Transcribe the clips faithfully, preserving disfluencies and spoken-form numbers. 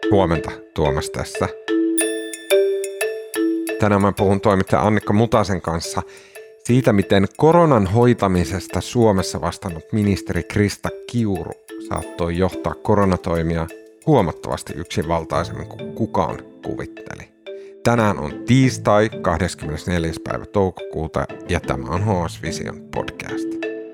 Huomenta, Tuomas tässä. Tänään mä puhun toimittaja Annikka Mutasen kanssa siitä, miten koronan hoitamisesta Suomessa vastannut ministeri Krista Kiuru saattoi johtaa koronatoimia huomattavasti yksinvaltaisemmin kuin kukaan kuvitteli. Tänään on tiistai kahdeskymmenesneljäs päivä toukokuuta ja tämä on H S Vision podcast.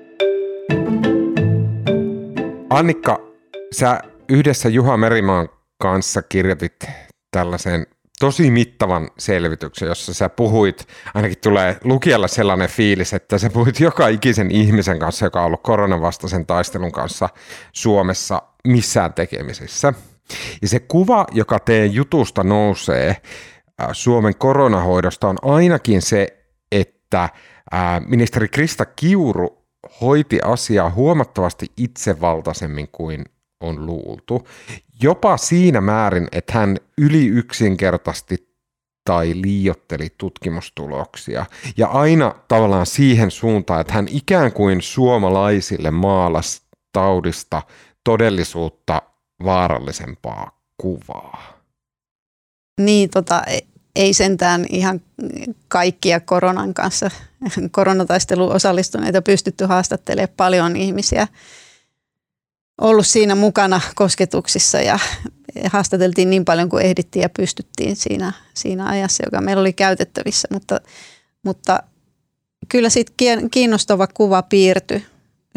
Annikka, sä yhdessä Juha Merimaan kanssa kirjoitit tällaisen tosi mittavan selvityksen, jossa sä puhuit, ainakin tulee lukijalle sellainen fiilis, että sä puhuit joka ikisen ihmisen kanssa, joka on ollut koronan vastaisen taistelun kanssa Suomessa missään tekemisissä. Ja se kuva, joka teidän jutusta nousee Suomen koronahoidosta, on ainakin se, että ministeri Krista Kiuru hoiti asiaa huomattavasti itsevaltaisemmin kuin on luultu. Jopa siinä määrin, että hän yli yksinkertaisesti tai liioitteli tutkimustuloksia. Ja aina tavallaan siihen suuntaan, että hän ikään kuin suomalaisille maalasi taudista todellisuutta vaarallisempaa kuvaa. Niin, tota, ei sentään ihan kaikkia koronan kanssa, koronataisteluun osallistuneita pystytty haastattelemaan, paljon ihmisiä ollut siinä mukana kosketuksissa ja haastateltiin niin paljon kuin ehdittiin ja pystyttiin siinä, siinä ajassa, joka meillä oli käytettävissä, mutta, mutta kyllä siitä kiinnostava kuva piirtyi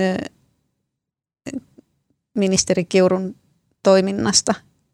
ministeri Kiurun toiminnasta.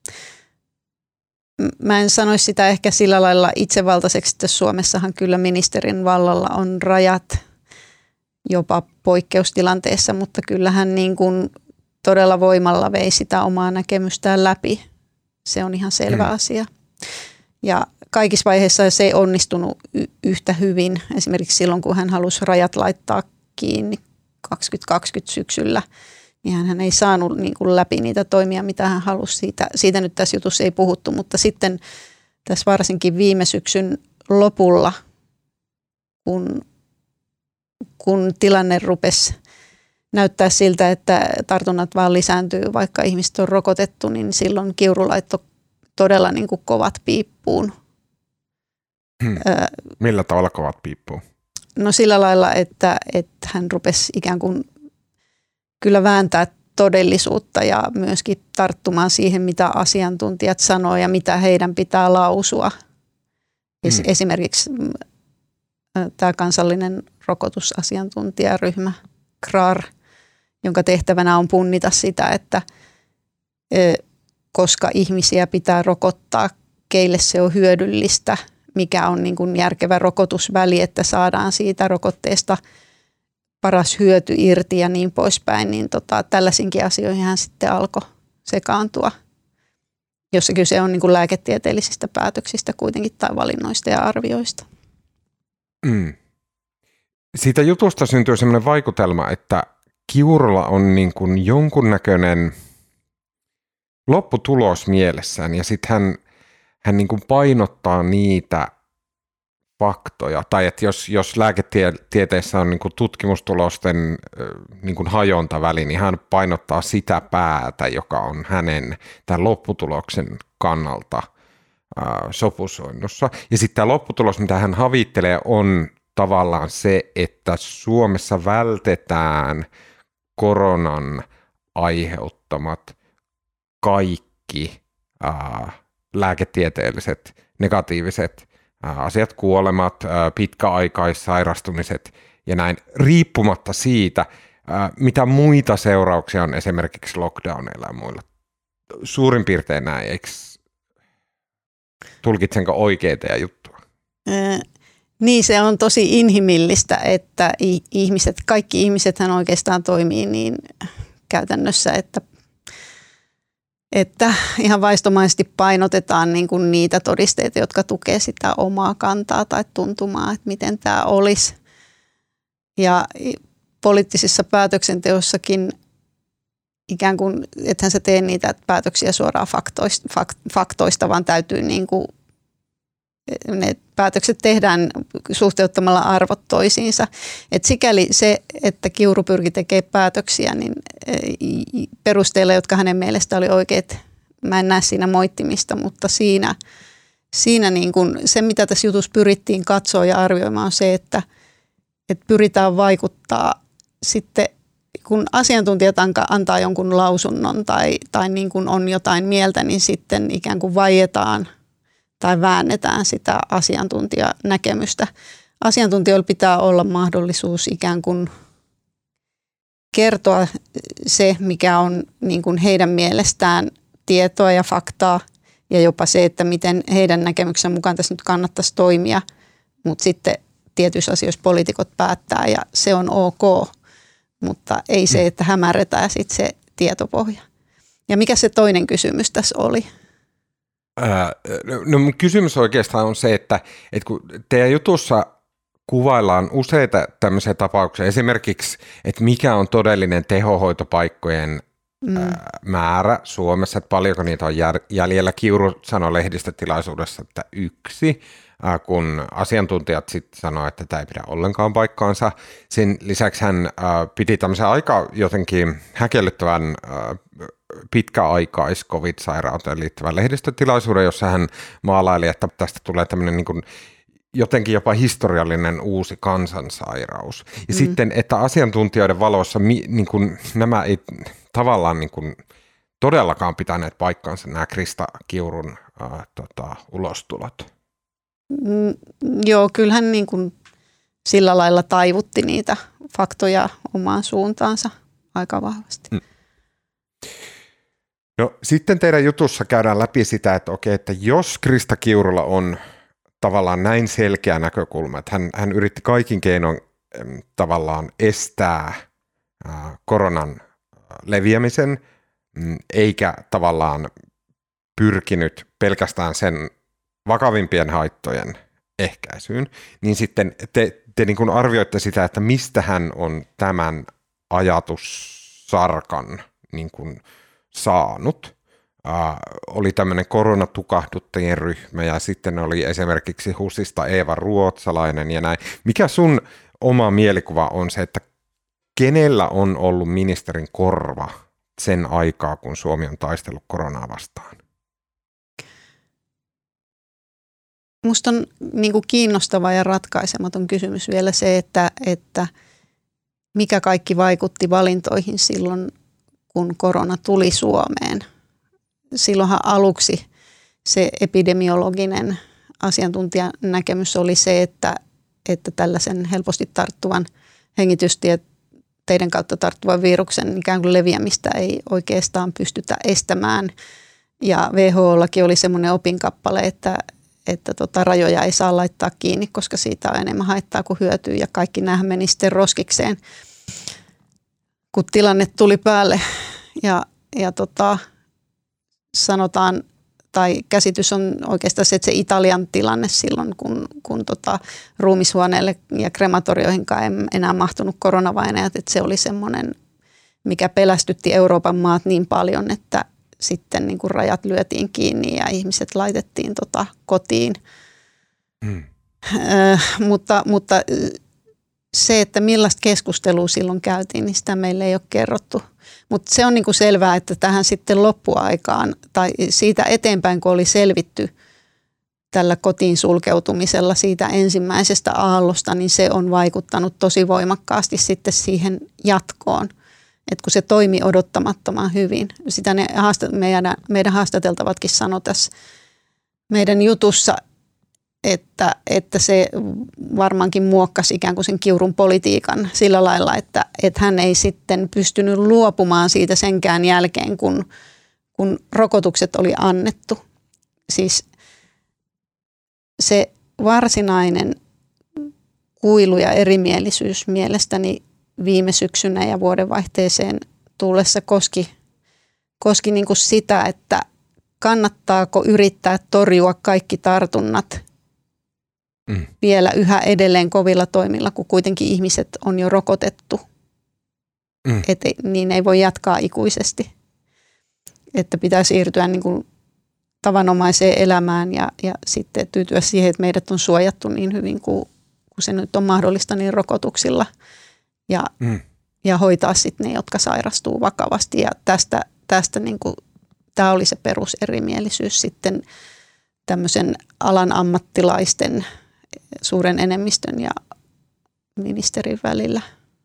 Mä en sanoisi sitä ehkä sillä lailla itsevaltaiseksi, että Suomessahan kyllä ministerin vallalla on rajat jopa poikkeustilanteessa, mutta kyllähän niin kuin todella voimalla vei sitä omaa näkemystään läpi. Se on ihan selvä mm. asia. Ja kaikissa vaiheissa se ei onnistunut y- yhtä hyvin. Esimerkiksi silloin, kun hän halusi rajat laittaa kiinni kaksituhattakaksikymmentä syksyllä, niin hän ei saanut niin kuin läpi niitä toimia, mitä hän halusi. Siitä, siitä nyt tässä jutussa ei puhuttu, mutta sitten tässä varsinkin viime syksyn lopulla, kun, kun tilanne rupesi näyttää siltä, että tartunnat vaan lisääntyy, vaikka ihmiset on rokotettu, niin silloin Kiuru laittoi todella niin kuin kovat piippuun. Hmm. Millä tavalla kovat piippuun? No sillä lailla, että, että hän rupesi ikään kuin kyllä vääntää todellisuutta ja myöskin tarttumaan siihen, mitä asiantuntijat sanoo ja mitä heidän pitää lausua. Hmm. Esimerkiksi tämä kansallinen rokotusasiantuntijaryhmä C R A R, jonka tehtävänä on punnita sitä, että koska ihmisiä pitää rokottaa, keille se on hyödyllistä, mikä on niin kuin järkevä rokotusväli, että saadaan siitä rokotteesta paras hyöty irti ja niin poispäin, niin tota, tällaisinkin asioihin hän sitten alkoi sekaantua, jossa kyse on niin kuin lääketieteellisistä päätöksistä kuitenkin tai valinnoista ja arvioista. Mm. Siitä jutusta syntyy sellainen vaikutelma, että Kiurulla on niin kuin jonkunnäköinen lopputulos mielessään ja sitten hän, hän niin kuin painottaa niitä faktoja. Tai että jos, jos lääketieteessä on niin kuin tutkimustulosten niin kuin hajontaväli, niin hän painottaa sitä päätä, joka on hänen tämän lopputuloksen kannalta ää, sopusoinnussa. Ja sitten tämä lopputulos, mitä hän havittelee, on tavallaan se, että Suomessa vältetään koronan aiheuttamat kaikki ää, lääketieteelliset negatiiviset ää, asiat, kuolemat, ää, pitkäaikaissairastumiset ja näin, riippumatta siitä, ää, mitä muita seurauksia on esimerkiksi lockdowneilla ja muilla. Suurin piirtein näin, eikö tulkitsenko oikein teidän juttua? Ää. Niin, se on tosi inhimillistä, että ihmiset, kaikki ihmisethän oikeastaan toimii niin käytännössä, että, että ihan vaistomaisesti painotetaan niin kuin niitä todisteita, jotka tukee sitä omaa kantaa tai tuntumaa, että miten tämä olisi. Ja poliittisissa päätöksenteossakin ikään kuin, ethän sä tee niitä päätöksiä suoraan faktoista, faktoista vaan täytyy niin kuin ne päätökset tehdään suhteuttamalla arvot toisiinsa. Et sikäli se, että Kiuru pyrki tekemään päätöksiä, niin perusteilla, jotka hänen mielestä oli oikeat mä en näe siinä moittimista, mutta siinä, siinä niin kuin se, mitä tässä jutussa pyrittiin katsoa ja arvioimaan, on se, että, että pyritään vaikuttaa sitten, kun asiantuntijat antaa jonkun lausunnon tai, tai niin kuin on jotain mieltä, niin sitten ikään kuin vaietaan tai väännetään sitä asiantuntijanäkemystä. Asiantuntijoilla pitää olla mahdollisuus ikään kuin kertoa se, mikä on niin kuin heidän mielestään tietoa ja faktaa ja jopa se, että miten heidän näkemyksen mukaan tässä nyt kannattaisi toimia, mutta sitten tietyissä asioissa poliitikot päättää ja se on ok, mutta ei se, että hämärretään sitten se tietopohja. Ja mikä se toinen kysymys tässä oli? Ää, no kysymys oikeastaan on se, että, että kun teidän jutussa kuvaillaan useita tämmöisiä tapauksia, esimerkiksi, että mikä on todellinen tehohoitopaikkojen mm. ää, määrä Suomessa, että paljonko niitä on jäljellä. Kiuru sanoi lehdistötilaisuudessa, että yksi, ää, kun asiantuntijat sitten sanoivat, että tämä ei pidä ollenkaan paikkaansa. Sen lisäksi hän ää, piti tämmöisen aika jotenkin häkellyttävän ää, pitkäaikais-covid-sairauteen liittyvän lehdistötilaisuuden, jossa hän maalaili, että tästä tulee tämmöinen niin kuin jotenkin jopa historiallinen uusi kansansairaus. Ja mm. sitten, että asiantuntijoiden valossa niin kuin, nämä ei tavallaan niin kuin, todellakaan pitäneet paikkaansa nämä Krista Kiurun äh, tota, ulostulot. Mm, joo, kyllähän niin kuin sillä lailla taivutti niitä faktoja omaan suuntaansa aika vahvasti. Mm. No sitten teidän jutussa käydään läpi sitä, että okei, että jos Krista Kiurulla on tavallaan näin selkeä näkökulma, että hän, hän yritti kaikin keinoin äm, tavallaan estää ää, koronan leviämisen, m, eikä tavallaan pyrkinyt pelkästään sen vakavimpien haittojen ehkäisyyn, niin sitten te, te niin kuin arvioitte sitä, että mistä hän on tämän ajatussarkan niin kuin saanut. Uh, oli tämmöinen koronatukahduttajien ryhmä ja sitten oli esimerkiksi HUSista Eeva Ruotsalainen ja näin. Mikä sun oma mielikuva on se, että kenellä on ollut ministerin korva sen aikaa, kun Suomi on taistellut koronaa vastaan? Musta on niin kuin kiinnostava ja ratkaisematon kysymys vielä se, että, että mikä kaikki vaikutti valintoihin silloin, kun korona tuli Suomeen. Silloinhan aluksi se epidemiologinen asiantuntijan näkemys oli se, että, että tällaisen helposti tarttuvan hengitysteiden kautta tarttuvan viruksen ikään kuin leviämistä ei oikeastaan pystytä estämään. Ja W H O:llakin oli semmoinen opinkappale, että, että tota, rajoja ei saa laittaa kiinni, koska siitä on enemmän haittaa kuin hyötyä ja kaikki näähän meni sitten roskikseen, kun tilanne tuli päälle ja, ja tota, sanotaan, tai käsitys on oikeastaan se, että se Italian tilanne silloin, kun, kun tota, ruumishuoneelle ja krematorioihinkaan ei enää mahtunut koronavainajat, että se oli semmoinen, mikä pelästytti Euroopan maat niin paljon, että sitten niin kuin rajat lyötiin kiinni ja ihmiset laitettiin tota, kotiin. Mm. Äh, mutta, mutta se, että millaista keskustelua silloin käytiin, niin sitä meille ei ole kerrottu. Mutta se on niinku selvää, että tähän sitten loppuaikaan tai siitä eteenpäin, kun oli selvitty tällä kotiin sulkeutumisella siitä ensimmäisestä aallosta, niin se on vaikuttanut tosi voimakkaasti sitten siihen jatkoon. Et kun se toimi odottamattoman hyvin. Sitä ne haastat, meidän, meidän haastateltavatkin sanoi tässä meidän jutussa, että, että se varmaankin muokkasi ikään kuin sen Kiurun politiikan sillä lailla, että, että hän ei sitten pystynyt luopumaan siitä senkään jälkeen, kun, kun rokotukset oli annettu. Siis se varsinainen kuilu ja erimielisyys mielestäni viime syksynä ja vuodenvaihteeseen tullessa koski, koski niin kuin sitä, että kannattaako yrittää torjua kaikki tartunnat Mm. vielä yhä edelleen kovilla toimilla, kun kuitenkin ihmiset on jo rokotettu. Mm. Et, niin ei voi jatkaa ikuisesti. Että pitää siirtyä niin kuin tavanomaiseen elämään ja, ja sitten tyytyä siihen, että meidät on suojattu niin hyvin kuin, kuin se nyt on mahdollista niin rokotuksilla. Ja, mm. ja hoitaa sitten ne, jotka sairastuu vakavasti. Ja tästä, tästä niin kuin tämä oli se peruserimielisyys sitten tämmöisen alan ammattilaisten suuren enemmistön ja ministerin välillä.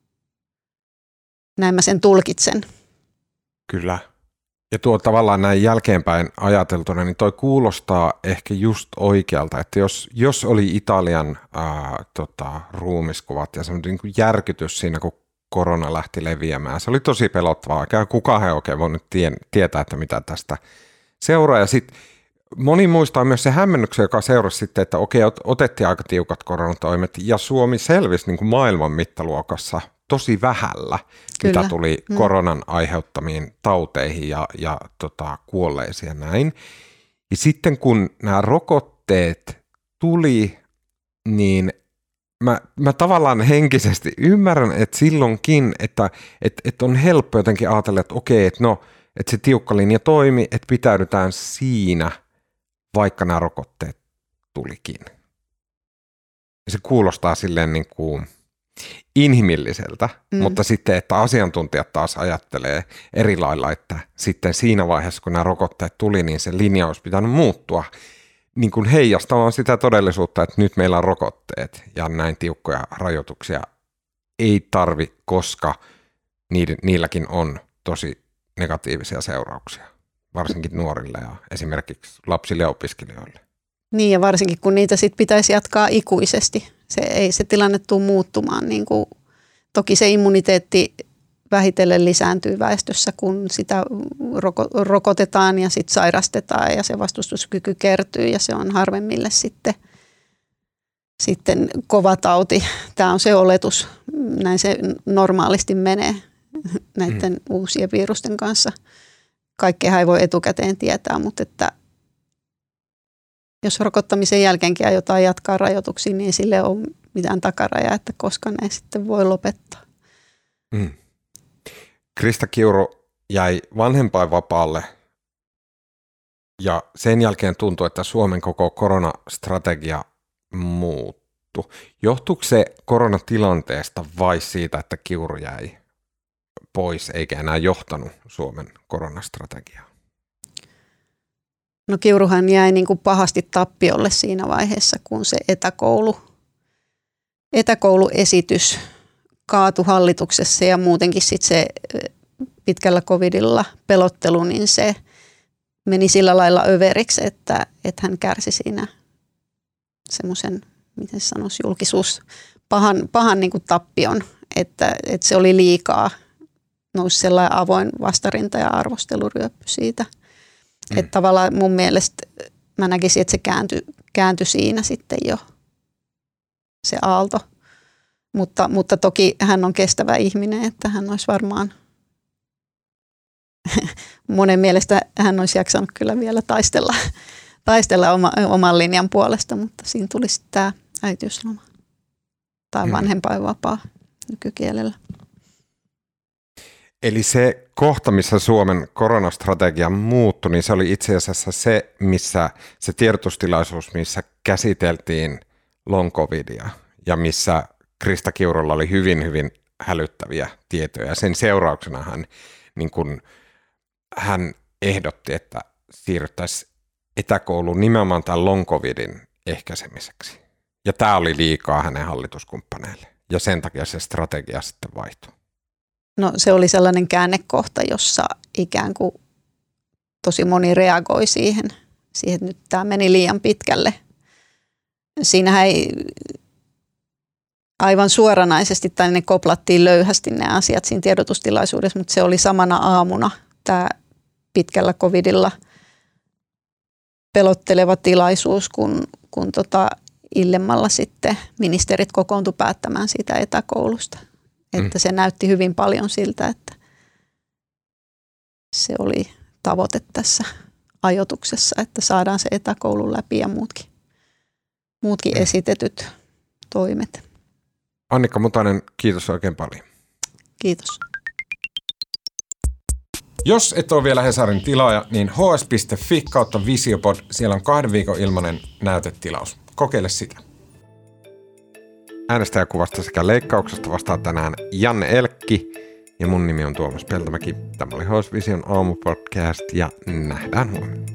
Näin mä sen tulkitsen. Kyllä. Ja tuo tavallaan näin jälkeenpäin ajateltuna, niin toi kuulostaa ehkä just oikealta, että jos, jos oli Italian ää, tota, ruumiskuvat ja semmoinen niin kuin järkytys siinä, kun korona lähti leviämään, se oli tosi pelottavaa. Eikä kukaan ei oikein voinut tie, tietää, että mitä tästä seuraa. Ja sitten moni muistaa myös se hämmennyksen, joka seurasi sitten, että okei, otettiin aika tiukat koronatoimet ja Suomi selvisi niin kuin maailman mittaluokassa tosi vähällä, Kyllä. mitä tuli mm. koronan aiheuttamiin tauteihin ja, ja tota, kuolleisiin ja näin. Ja sitten kun nämä rokotteet tuli, niin mä, mä tavallaan henkisesti ymmärrän, että silloinkin, että et, et on helppo jotenkin ajatella, että okei, että no, että se tiukka linja toimi, että pitäydytään siinä, vaikka nämä rokotteet tulikin. Ja se kuulostaa silleen niin kuin inhimilliseltä, mm. mutta sitten, että asiantuntijat taas ajattelee eri lailla, että sitten siinä vaiheessa, kun nämä rokotteet tuli, niin se linja olisi pitänyt muuttua niin kuin heijastamaan sitä todellisuutta, että nyt meillä on rokotteet ja näin tiukkoja rajoituksia ei tarvi, koska niilläkin on tosi negatiivisia seurauksia, varsinkin nuorille ja esimerkiksi lapsille ja opiskelijoille. Niin ja varsinkin kun niitä sit pitäisi jatkaa ikuisesti. Se ei se tilanne tule muuttumaan. Niin kuin, toki se immuniteetti vähitellen lisääntyy väestössä, kun sitä roko- rokotetaan ja sitten sairastetaan ja se vastustuskyky kertyy ja se on harvemmille sitten, sitten kova tauti. Tämä on se oletus. Näin se normaalisti menee näiden mm. uusien virusten kanssa. Kaikkea ei voi etukäteen tietää, mutta että jos rokottamisen jälkeenkin aiotaan jatkaa rajoituksia, niin sille ei ole mitään takarajaa, että koska ne sitten voi lopettaa. Mm. Krista Kiuru jäi vanhempainvapaalle ja sen jälkeen tuntui, että Suomen koko koronastrategia muuttui. Johtuiko se koronatilanteesta vai siitä, että Kiuru jäi pois eikä enää johtanut Suomen koronastrategiaa? No Kiuruhan jäi niin kuin pahasti tappiolle siinä vaiheessa, kun se etäkoulu, etäkouluesitys kaatui hallituksessa ja muutenkin sit se pitkällä covidilla pelottelu, niin se meni sillä lailla överiksi, että, että hän kärsi siinä semmoisen, miten sanoisi, julkisuus, pahan, pahan niin kuin tappion, että, että se oli liikaa. Nousi sellainen avoin vastarinta ja arvosteluryöppy siitä. Mm. Että tavallaan mun mielestä mä näkisin, että se kääntyi, kääntyi siinä sitten jo se aalto. Mutta, mutta toki hän on kestävä ihminen, että hän olisi varmaan, monen mielestä hän olisi jaksanut kyllä vielä taistella, taistella oma, oman linjan puolesta, mutta siinä tulisi tämä äitiysloma tai mm. vanhempainvapaa nykykielellä. Eli se kohta, missä Suomen koronastrategia muuttui, niin se oli itse asiassa se, missä se tiedotustilaisuus, missä käsiteltiin long covidia ja missä Krista Kiurulla oli hyvin, hyvin hälyttäviä tietoja. Sen seurauksena hän, niin kun, hän ehdotti, että siirryttäisiin etäkouluun nimenomaan tämän long covidin ehkäisemiseksi. Ja tämä oli liikaa hänen hallituskumppaneille ja sen takia se strategia sitten vaihtui. No se oli sellainen käännekohta, jossa ikään kuin tosi moni reagoi siihen, siihen että nyt tämä meni liian pitkälle. Siinähän ei aivan suoranaisesti tai ne koplattiin löyhästi ne asiat siinä tiedotustilaisuudessa, mutta se oli samana aamuna tämä pitkällä covidilla pelotteleva tilaisuus, kun, kun tota illemmalla sitten ministerit kokoontui päättämään siitä etäkoulusta. Että se näytti hyvin paljon siltä, että se oli tavoite tässä ajoituksessa, että saadaan se etäkoulu läpi ja muutkin, muutkin esitetyt toimet. Annikka Mutanen, kiitos oikein paljon. Kiitos. Jos et ole vielä Hesarin tilaaja, niin h s piste f i kautta visiopod, siellä on kahden viikon ilmainen näytetilaus. Kokeile sitä. Äänestäjäkuvasta sekä leikkauksesta vastaa tänään Janne Elkki Ja mun nimi on Tuomas Peltomäki. Tämä oli House Vision aamupodcast ja nähdään huomenna.